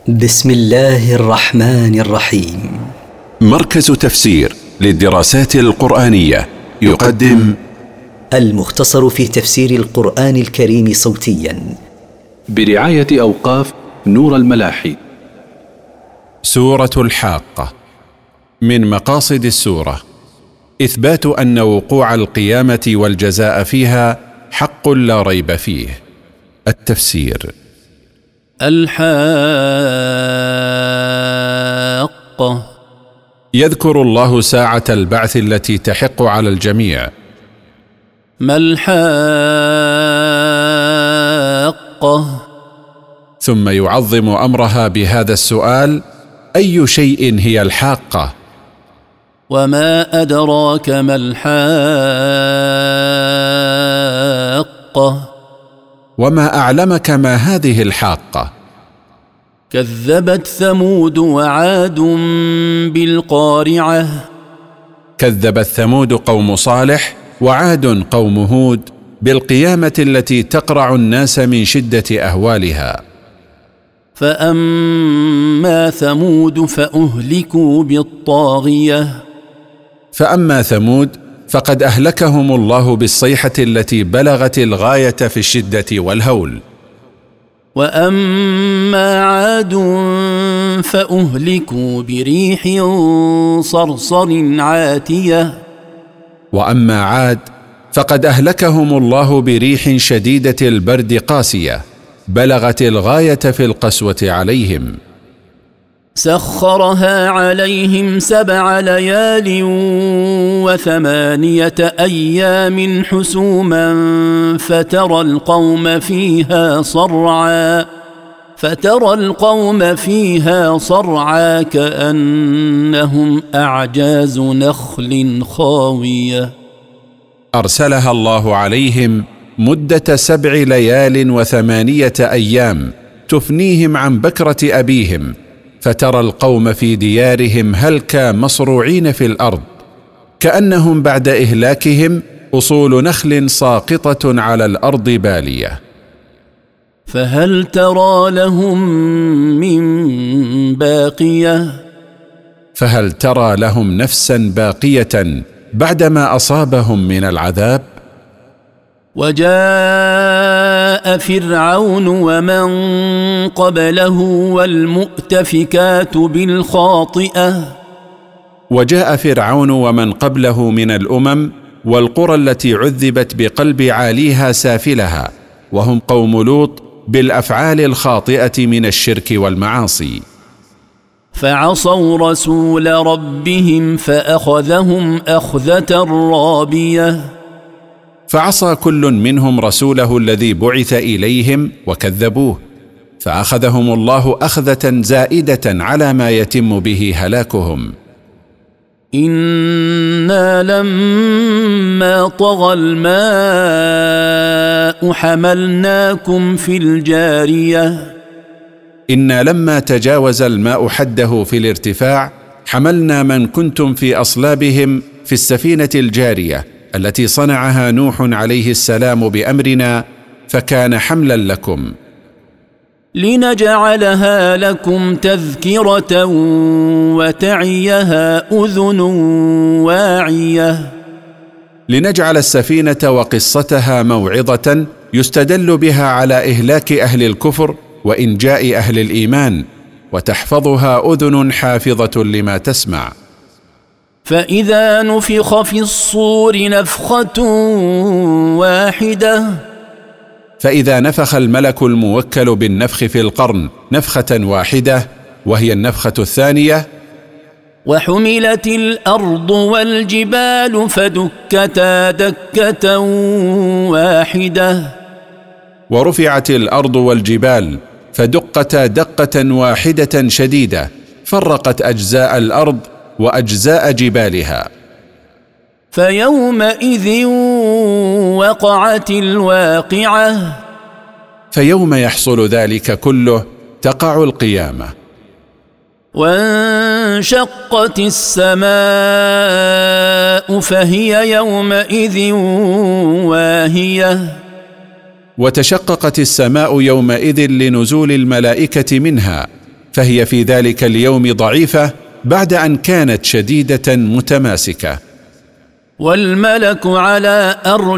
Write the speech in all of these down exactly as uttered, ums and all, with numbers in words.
بسم الله الرحمن الرحيم. مركز تفسير للدراسات القرآنية يقدم المختصر في تفسير القرآن الكريم صوتيا برعاية أوقاف نور الملاحي. سورة الحاقة. من مقاصد السورة إثبات أن وقوع القيامة والجزاء فيها حق لا ريب فيه. التفسير: الحاقة، يذكر الله ساعة البعث التي تحق على الجميع. ما الحاقة؟ ثم يعظم أمرها بهذا السؤال: أي شيء هي الحاقة؟ وما أدراك ما الحاقة؟ وما أعلمك ما هذه الحاقة؟ كذبت ثمود وعاد بالقارعة. كذبت ثمود قوم صالح وعاد قوم هود بالقيامة التي تقرع الناس من شدة أهوالها. فأما ثمود فأهلكوا بالطاغية. فأما ثمود فقد أهلكهم الله بالصيحة التي بلغت الغاية في الشدة والهول. وأما عاد فأهلكوا بريح صرصر عاتية. وأما عاد فقد أهلكهم الله بريح شديدة البرد قاسية بلغت الغاية في القسوة عليهم. سخرها عليهم سبع ليال وثمانية أيام حسوما فترى القوم فيها صرعا فترى القوم فيها صرعا كأنهم أعجاز نخل خاوية. أرسلها الله عليهم مدة سبع ليال وثمانية أيام تفنيهم عن بكرة أبيهم، فترى القوم في ديارهم هلكا مصروعين في الأرض كأنهم بعد إهلاكهم أصول نخل ساقطة على الأرض بالية. فهل ترى لهم من باقية؟ فهل ترى لهم نفسا باقية بعدما أصابهم من العذاب؟ وجاء فرعون ومن قبله والمؤتفكات بالخاطئة. وجاء فرعون ومن قبله من الأمم والقرى التي عذبت بقلب عاليها سافلها، وهم قوم لوط، بالأفعال الخاطئة من الشرك والمعاصي. فعصوا رسول ربهم فأخذهم أخذة رابية. فعصى كل منهم رسوله الذي بعث إليهم وكذبوه، فأخذهم الله أخذة زائدة على ما يتم به هلاكهم. إنا لما طغى الماء حملناكم في الجارية. إنا لما تجاوز الماء حده في الارتفاع حملنا من كنتم في أصلابهم في السفينة الجارية التي صنعها نوح عليه السلام بأمرنا، فكان حملا لكم. لنجعلها لكم تذكرة وتعيها أذن واعية. لنجعل السفينة وقصتها موعظة يستدل بها على إهلاك أهل الكفر وإنجاء أهل الإيمان، وتحفظها أذن حافظة لما تسمع. فإذا نفخ في الصور نفخة واحدة. فإذا نفخ الملك الموكل بالنفخ في القرن نفخة واحدة وهي النفخة الثانية. وحملت الأرض والجبال فدكتا دكة واحدة. ورفعت الأرض والجبال فدقتا دقة واحدة شديدة فرقت أجزاء الأرض وأجزاء جبالها. فيومئذ وقعت الواقعة. فيوم يحصل ذلك كله تقع القيامة. وانشقت السماء فهي يومئذ واهية. وتشققت السماء يومئذ لنزول الملائكة منها، فهي في ذلك اليوم ضعيفة بعد أن كانت شديدة متماسكة. والملك على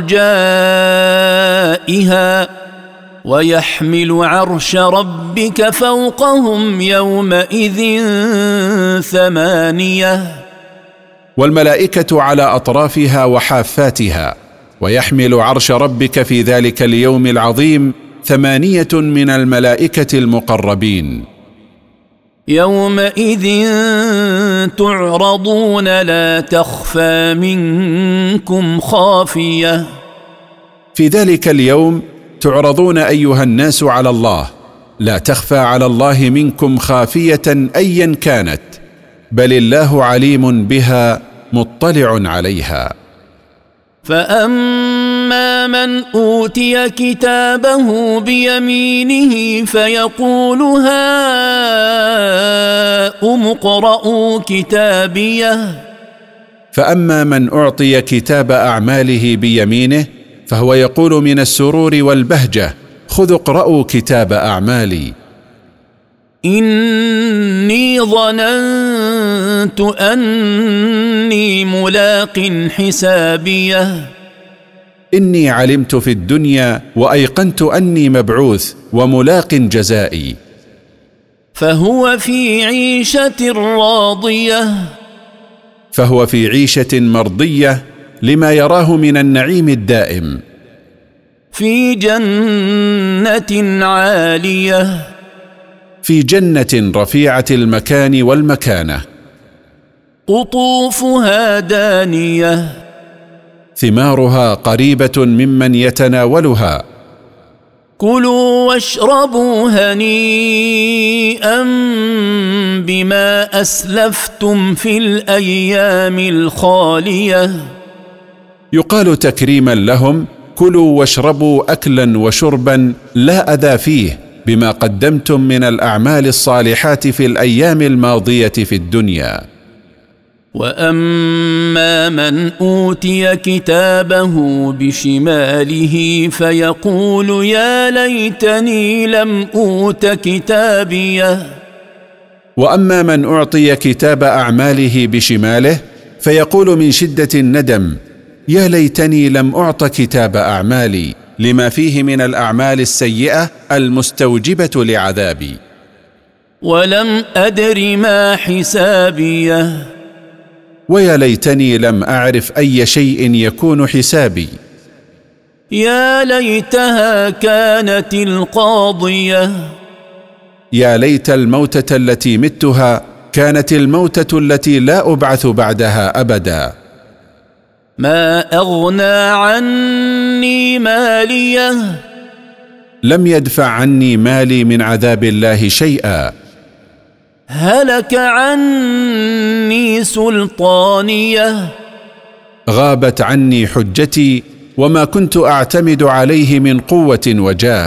أرجائها ويحمل عرش ربك فوقهم يومئذ ثمانية. والملائكة على أطرافها وحافاتها، ويحمل عرش ربك في ذلك اليوم العظيم ثمانية من الملائكة المقربين. يومئذ تعرضون لا تخفى منكم خافية. في ذلك اليوم تعرضون أيها الناس على الله، لا تخفى على الله منكم خافية أيا كانت، بل الله عليم بها مطلع عليها. فأما من أوتي كتابه بيمينه فيقول هاؤم اقرءوا كتابيه. فأما من أعطي كتاب أعماله بيمينه فهو يقول من السرور والبهجة: خذوا اقرءوا كتاب أعمالي. إني ظننت أني ملاق حسابيه. إني علمت في الدنيا وأيقنت أني مبعوث وملاق جزائي. فهو في عيشة راضية. فهو في عيشة مرضية لما يراه من النعيم الدائم. في جنة عالية. في جنة رفيعة المكان والمكانة. قطوفها دانية. ثمارها قريبة ممن يتناولها. كلوا واشربوا هنيئا بما أسلفتم في الأيام الخالية. يقال تكريما لهم: كلوا واشربوا أكلا وشربا لا أذى فيه بما قدمتم من الأعمال الصالحات في الأيام الماضية في الدنيا. وأما من أوتي كتابه بشماله فيقول يا ليتني لم أوت كتابيه. وأما من أعطي كتاب أعماله بشماله فيقول من شدة الندم: يا ليتني لم أعط كتاب أعمالي، لما فيه من الأعمال السيئة المستوجبة لعذابي. ولم أدر ما حسابيه. ويا ليتني لم أعرف أي شيء يكون حسابي. يا ليتها كانت القاضية. يا ليت الموتة التي متها كانت الموتة التي لا أبعث بعدها أبدا. ما أغنى عني ماليه. لم يدفع عني مالي من عذاب الله شيئا. هلك عني سلطانيه. غابت عني حجتي وما كنت أعتمد عليه من قوة وجاه.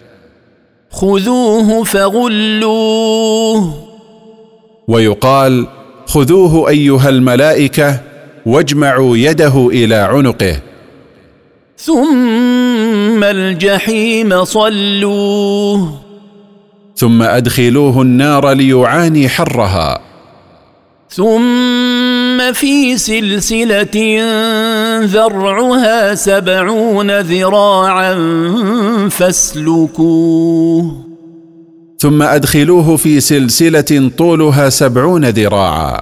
خذوه فغلوه. ويقال: خذوه أيها الملائكة واجمعوا يده إلى عنقه. ثم الجحيم صلوه. ثم أدخلوه النار ليعاني حرها. ثم في سلسلة ذرعها سبعون ذراعا فاسلكوه. ثم أدخلوه في سلسلة طولها سبعون ذراعا.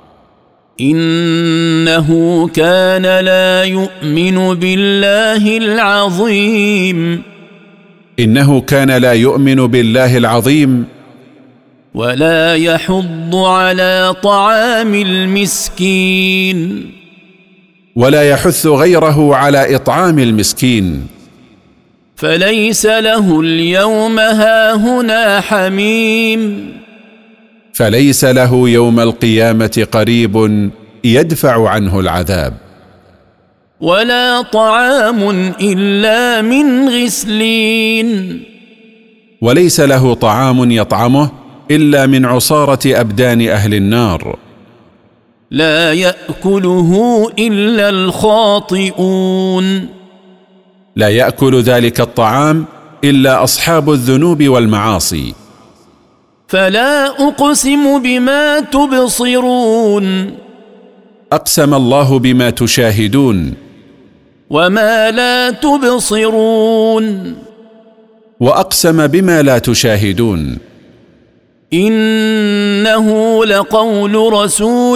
إنه كان لا يؤمن بالله العظيم. إنه كان لا يؤمن بالله العظيم. ولا يحض على طعام المسكين. ولا يحث غيره على إطعام المسكين. فليس له اليوم هاهنا حميم. فليس له يوم القيامة قريب يدفع عنه العذاب. ولا طعام إلا من غسلين. وليس له طعام يطعمه إلا من عصارة أبدان أهل النار. لا يأكله إلا الخاطئون. لا يأكل ذلك الطعام إلا أصحاب الذنوب والمعاصي. فلا أقسم بما تبصرون أقسم الله بما تشاهدون. وما لا تبصرون وأقسم بما لا تشاهدون. إنه لقول رسول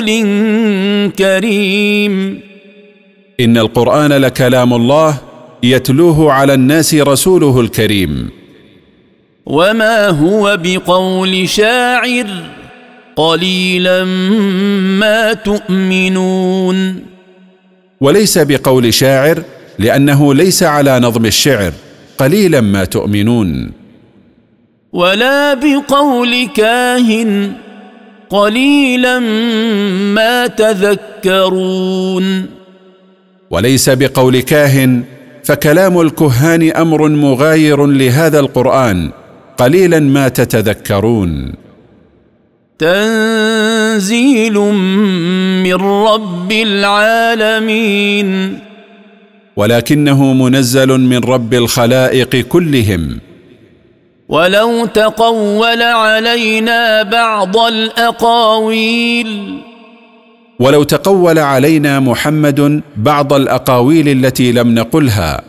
كريم. إن القرآن لكلام الله يتلوه على الناس رسوله الكريم. وما هو بقول شاعر قليلا ما تؤمنون. وليس بقول شاعر لأنه ليس على نظم الشعر، قليلا ما تؤمنون. ولا بقول كاهن قليلا ما تذكرون. وليس بقول كاهن، فكلام الكهان أمر مغاير لهذا القرآن، قليلا ما تتذكرون. تنزيل من رب العالمين. ولكنه منزل من رب الخلائق كلهم. ولو تقول علينا بعض الأقاويل. ولو تقول علينا محمد بعض الأقاويل التي لم نقلها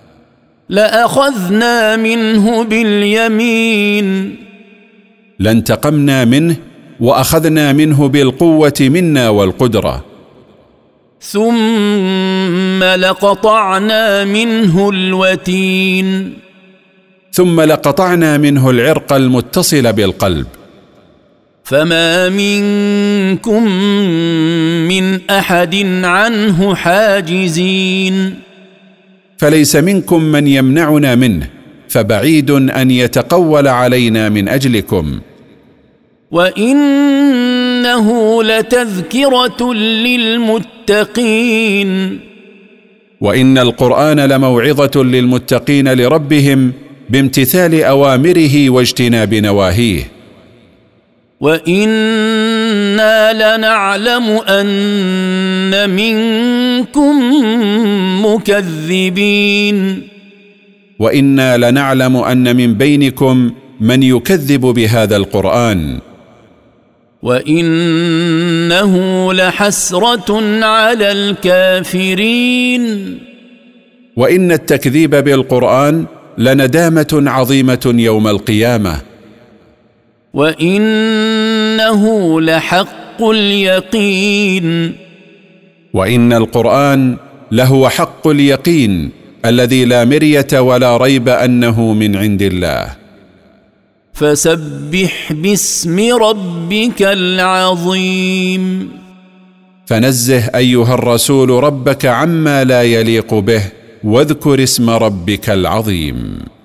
لأخذنا منه باليمين. لانتقمنا منه وأخذنا منه بالقوة منا والقدرة. ثم لقطعنا منه الوتين. ثم لقطعنا منه العرق المتصل بالقلب. فما منكم من أحد عنه حاجزين. فليس منكم من يمنعنا منه، فبعيد أن يتقول علينا من أجلكم. وإنه لتذكرة للمتقين. وإن القرآن لموعظة للمتقين لربهم بامتثال أوامره واجتناب نواهيه. وإنا لنعلم أن منكم مكذبين. وإنا لنعلم أن من بينكم من يكذب بهذا القرآن. وإنه لحسرة على الكافرين. وإن التكذيب بالقرآن لندامة عظيمة يوم القيامة. وإنه لحق اليقين. وإن القرآن لهو حق اليقين الذي لا مرية ولا ريب أنه من عند الله. فسبح باسم ربك العظيم. فنزه أيها الرسول ربك عما لا يليق به، واذكر اسم ربك العظيم.